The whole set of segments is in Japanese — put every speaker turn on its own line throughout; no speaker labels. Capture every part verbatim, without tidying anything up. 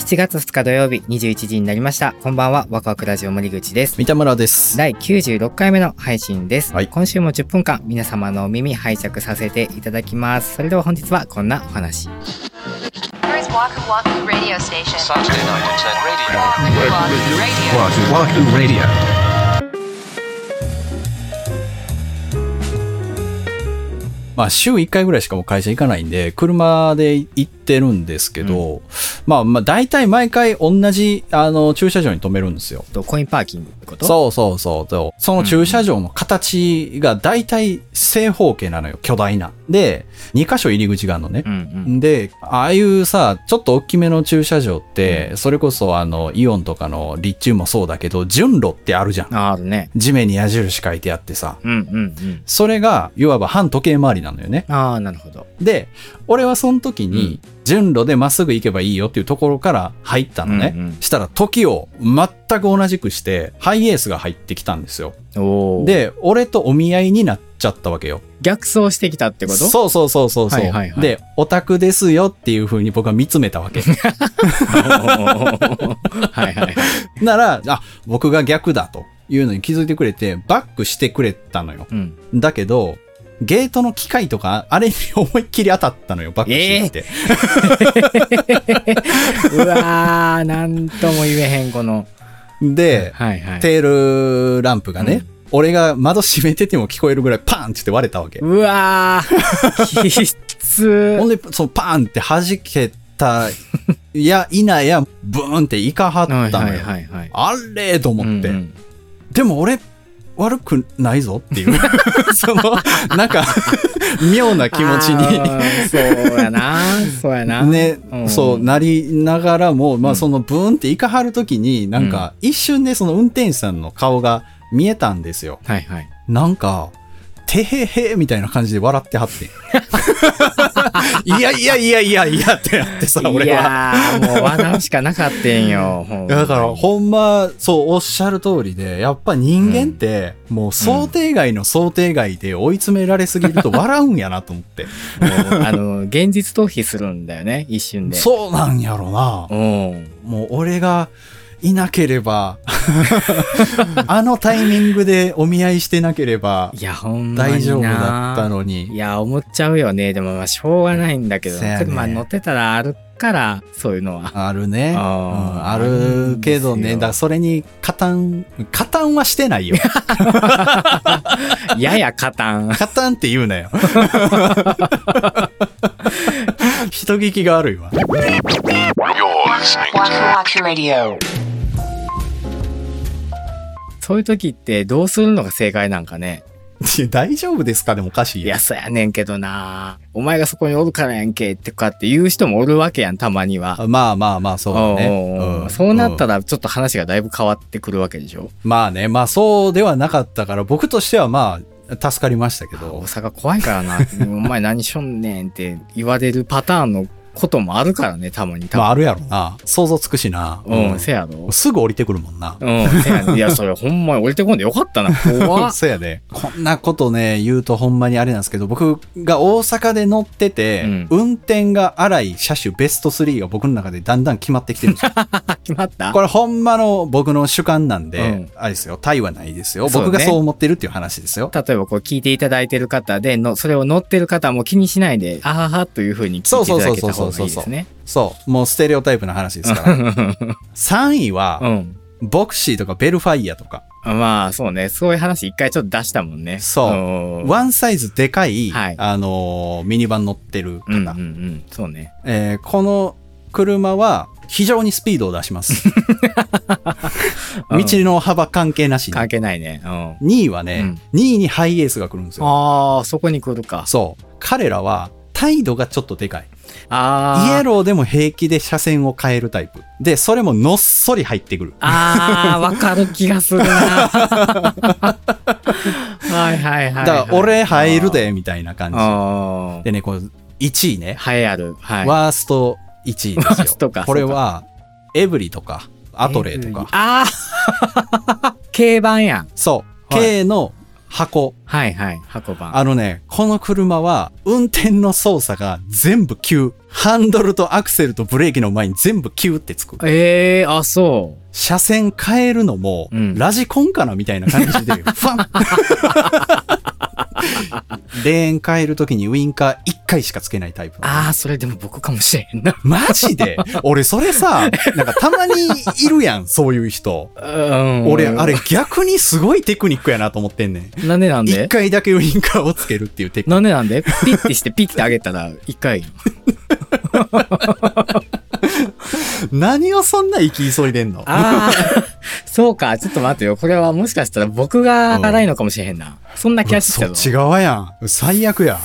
ちがつふつか土曜日にじゅういちじになりました。こんばんは、ワクワクラジオ森口です。
三田村です。
だいきゅうじゅうろっかいめの配信です、
はい、
今週もじゅっぷんかん皆様のお耳拝借させていただきます。それでは本日はこんなお話。
まあ週いっかいぐらいしかもう会社行かないんで車で行ってるんですけど、うん、まあまあ大体毎回同じあの駐車場に止めるんですよ。
コインパーキングってこと？
そうそうそう。その駐車場の形が大体正方形なのよ、巨大な。でにかしょ入り口があるのね、うんうん、でああいうさちょっと大きめの駐車場って、うん、それこそあのイオンとかの立中もそうだけど順路ってあるじゃん。
あるね。
地面に矢印書いてあってさ、
うんうんうん、そ
れがいわば半時計回りなのよね。
ああ、なるほど。
で俺はその時に、うん、順路でまっすぐ行けばいいよっていうところから入ったのね、うんうん、したら時を全く同じくしてハイエースが入ってきたんですよ。おで俺とお見合いになっちゃったわけよ。
逆走してきたってこと？
そうそうそうそうそう、はいはいはい、でオタクですよっていう風に僕は見つめたわけはいはい、はい、ならあ僕が逆だというのに気づいてくれてバックしてくれたのよ、うん、だけどゲートの機械とかあれに思いっきり当たったのよ、バックして、え
ー、うわーなんとも言えへんこの
で、はいはい、テールランプがね、うん、俺が窓閉めてても聞こえるぐらいパーンって割れたわけ。
うわーきつ
ほんでそのパーンって弾けたいやいなやブーンっていかはったのよ、はいはいはいはい、あれと思って、うんうん、でも俺悪くないぞっていうそのなんか妙な気持ちに
そうやなそうやな
ね、うん、そうなりながらも、まあそのブーンっていかはるときになんか一瞬でその運転手さんの顔が見えたんですよ、はいはい、なんかてへへみたいな感じで笑ってはっていやいやいやいやいやってなってさ、俺は。
いやもう笑うしかなかったんよ。
だからほんまそうおっしゃる通りで、やっぱ人間ってもう想定外の想定外で追い詰められすぎると笑うんやなと思って。も
うあの現実逃避するんだよね一瞬で。
そうなんやろな。うん、もう俺がいなければあのタイミングでお見合いしてなければ大丈夫だったのに。
いや思っちゃうよね。でもまあしょうがないんだけど、ね、車乗ってたらあるからそういうのは
あるね、うん、あるけどね。だからそれに加担加担はしてないよ
やや加担
加担って言うなよ人聞きが悪いわ。
そういう時ってどうするのが正解なんかね。
大丈夫ですか？でもおかしい。
いや、そうやねんけどな。お前がそこにおるからやんけってかって言う人もおるわけやん、たまには。
まあまあまあ、そうだね、
うん。そうなったらちょっと話がだいぶ変わってくるわけでしょ。
まあね、まあそうではなかったから、僕としてはまあ、助かりましたけど。
大阪怖いからな。お前何しょんねんって言われるパターンのこともあるからね、たまに。
まああるやろな。想像つくしな。
うん、うん、せやろ。
すぐ降りてくるもんな。
うん、せやね。いや、それほんまに降りてこんでよかったな。怖っ。
そうやで。こんなことね、言うとほんまにあれなんですけど、僕が大阪で乗ってて、うん、運転が荒い車種ベストスリーが僕の中でだんだん決まってきてるんですよ。
決まった？
これほんまの僕の主観なんで、うん、あれですよ、タイはないですよ。僕がそう思ってるっていう話ですよ。
例えばこう聞いていただいてる方での、それを乗ってる方も気にしないで、あははというふうに聞いていただけた方がいいですね。
そう、もうステレオタイプな話ですからさんいは、うん、ボクシーとかベルファイアとか。
まあそうね、そういう話一回ちょっと出したもんね。
そうワンサイズでかい、はい、あのー、ミニバン乗ってる方、うんうんうん、
そうね、
えー、この車は非常にスピードを出します道の幅関係なしに。
関係ないね、うん、
にいはね、うん、にいにハイエースが来るんですよ。
ああ、そこに来るか。
そう彼らは態度がちょっとでかい。
あ
イエローでも平気で車線を変えるタイプで、それものっそり入ってくる。
あーわかる気がするなはいはいはい、はい、
だから俺入るでみたいな感じでね。こういちいね、
栄えある、はい、
ワーストいちいですよ。ワーストか。これはエブリとかアトレーとか。
ああ軽版やん。
そう、はい、K の箱。
はいはい。箱版。
あのね、この車は運転の操作が全部急。ハンドルとアクセルとブレーキの前に全部キューってつく。
ええー、あ、そう。
車線変えるのも、うん、ラジコンかなみたいな感じで、ファンレーン変えるときにウインカーいっかいしかつけないタイプ。
ああ、それでも僕かもしれへんな。
マジで俺それさ、なんかたまにいるやん、そういう人。うん、俺、あれ逆にすごいテクニックやなと思ってんねん。
なんでなんで？
いっかいだけウインカーをつけるっていうテクニック。
なんでなんで？ピッてしてピッて上げたらいっかい。
何をそんな生き急いでんの？
ああ、そうか。ちょっと待ってよ。これはもしかしたら僕が荒いのかもしれへんな。うん、そんな気がしてたぞ。
そっち側やん。最悪や。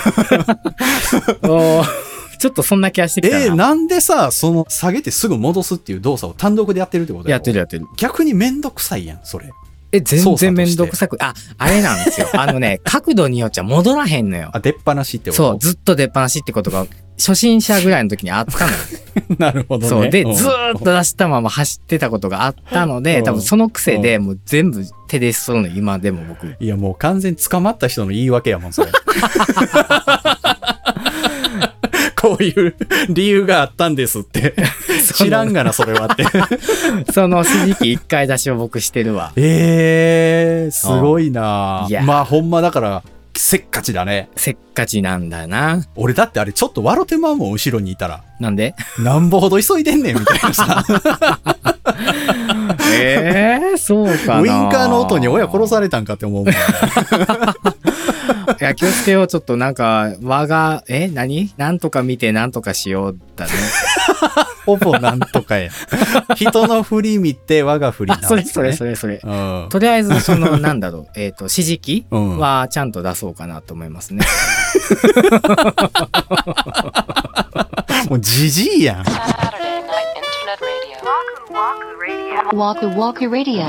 おちょっとそんな気がしてきたな。
えー、なんでさ、その下げてすぐ戻すっていう動作を単独でやってるってことやろ？
やってるやってる。
逆にめんどくさいやん、それ。
え、全然めんどくさく、あ、あれなんですよ。あのね、角度によっちゃ戻らへんのよ。
あ、出っ放しってこと？
そう、ずっと出っ放しってことが、初心者ぐらいの時にあったのよ。
なるほどね。
そう。で、ずーっと出したまま走ってたことがあったので、多分その癖でもう全部手でしそうの、今でも僕。
いや、もう完全に捕まった人の言い訳やもん、それ。こういう理由があったんですって。知らんがな、それはって。
その指示器一回出しを僕してるわ。
ええー、すごいな。いや、まあほんまだから、せっかちだね。
せっかちなんだな。
俺だってあれちょっと笑ってまうもん、後ろにいたら。
なんで？
なんぼほど急いでんねんみたいなさ。
ええー、そうかな。
ウインカーの音に親殺されたんかって思うもん。
いや、気をつけよう。ちょっとなんか、我が、え何何とか見て何とかしようだね。
ほぼなんとかや。人の振り見て我が振りな、ね。
それそれそれそれ。うん、とりあえず、その、なんだろう、えっと、指示器はちゃんと出そうかなと思いますね。
もうじじいやん。
Waku Waku Radio。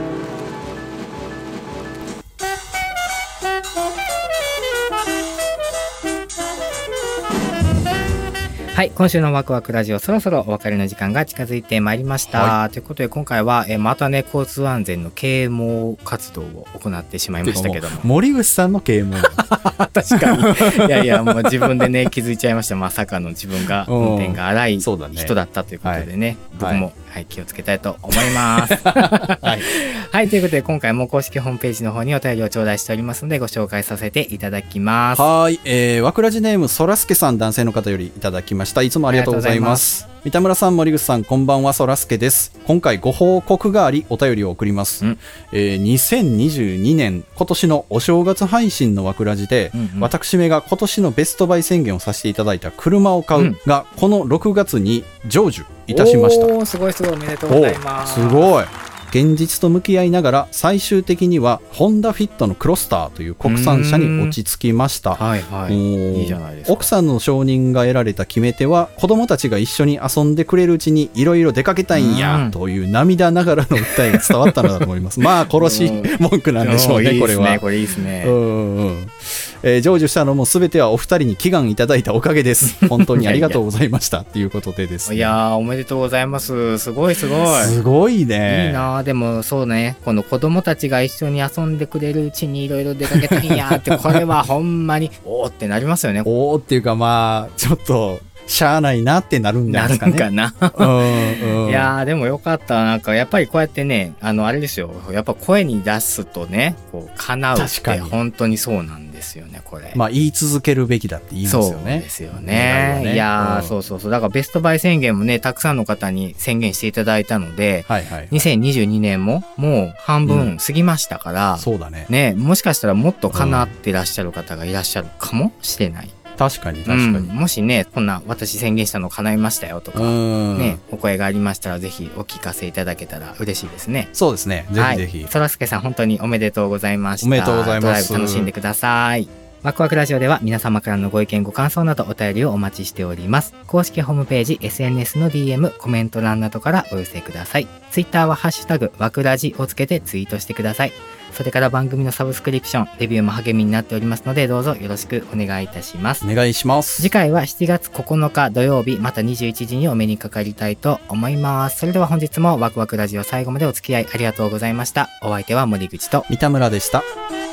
はい、今週のワクワクラジオ、そろそろお別れの時間が近づいてまいりました。はい、ということで今回はえまたね、交通安全の啓蒙活動を行ってしまいましたけども、
森口さんの啓蒙
確かにいやいや、もう自分でね気づいちゃいました。まさかの自分が運転が荒い人だったということでね、はい、僕も、はいはい、気をつけたいと思います、はい、はい、ということで今回も公式ホームページの方にお便りを頂戴しておりますのでご紹介させていただきます。
はい、えー、ワクラジネームそらすけさん、男性の方よりいただきました。いつもありがとうございます。三田村さん、森口さん、こんばんは。そらすけです。今回ご報告がありお便りを送ります、えー、にせんにじゅうにねん今年のお正月配信のワクラジで、うんうん、私めが今年のベストバイ宣言をさせていただいた車を買うが、うん、このろくがつに成就いたしました。
おー、すごいすごい、おめでとうございます。
すごい。現実と向き合いながら最終的にはホンダフィットのクロスターという国産車に落ち着きました。
はいはい、いいじゃないですか。
奥さんの承認が得られた決め手は、子供たちが一緒に遊んでくれるうちにいろいろ出かけたいんやという涙ながらの訴えが伝わったのだと思います。まあ殺し文句なんでしょうね、これは。
これいいですね。
うんうん、えー、成就したのも全てはお二人に祈願いただいたおかげです。本当にありがとうございましたっていうことでですね。
いやー、おめでとうございます。すごいすごい。
すごいね。
いいな。でもそうね、この子供たちが一緒に遊んでくれるうちにいろいろ出かけたいんやって、これはほんまにおーってなりますよね。
おーっていうか、まあちょっとしゃあないなってなるんじゃないですかね。
なるんかな。うんうん、いやー、でもよかった。なんかやっぱりこうやってね、あのあれですよ、やっぱ声に出すとね、こう叶うって本当にそうなんですよね、これ。
まあ言い続けるべきだって言いますよね。そう
ですよね。ね、いやー、うん、そうそうそう。だからベストバイ宣言もね、たくさんの方に宣言していただいたので、はいはいはい、にせんにじゅうにねんももう半分過ぎましたから、うん、
そうだね。
ね、もしかしたらもっと叶ってらっしゃる方がいらっしゃるかもしれない。
確かに確かに、うん、
もしね、こんな私宣言したの叶いましたよとかね、お声がありましたらぜひお聞かせいただけたら嬉しいですね。
そうですね、ぜひぜひ。
そらすけさん、本当におめでとうございました。
おめでとうございます。
ドライブ楽しんでください。ワクワクラジオでは皆様からのご意見ご感想などお便りをお待ちしております。公式ホームページ、エスエヌエス の ディーエム、コメント欄などからお寄せください。ツイッターはハッシュタグワクラジをつけてツイートしてください。それから番組のサブスクリプション、レビューも励みになっておりますので、どうぞよろしくお願いいたします。
お願いします。
次回はしちがつここのか土曜日、またにじゅういちじにお目にかかりたいと思います。それでは本日もワクワクラジオ最後までお付き合いありがとうございました。お相手は森口と
三田村でした。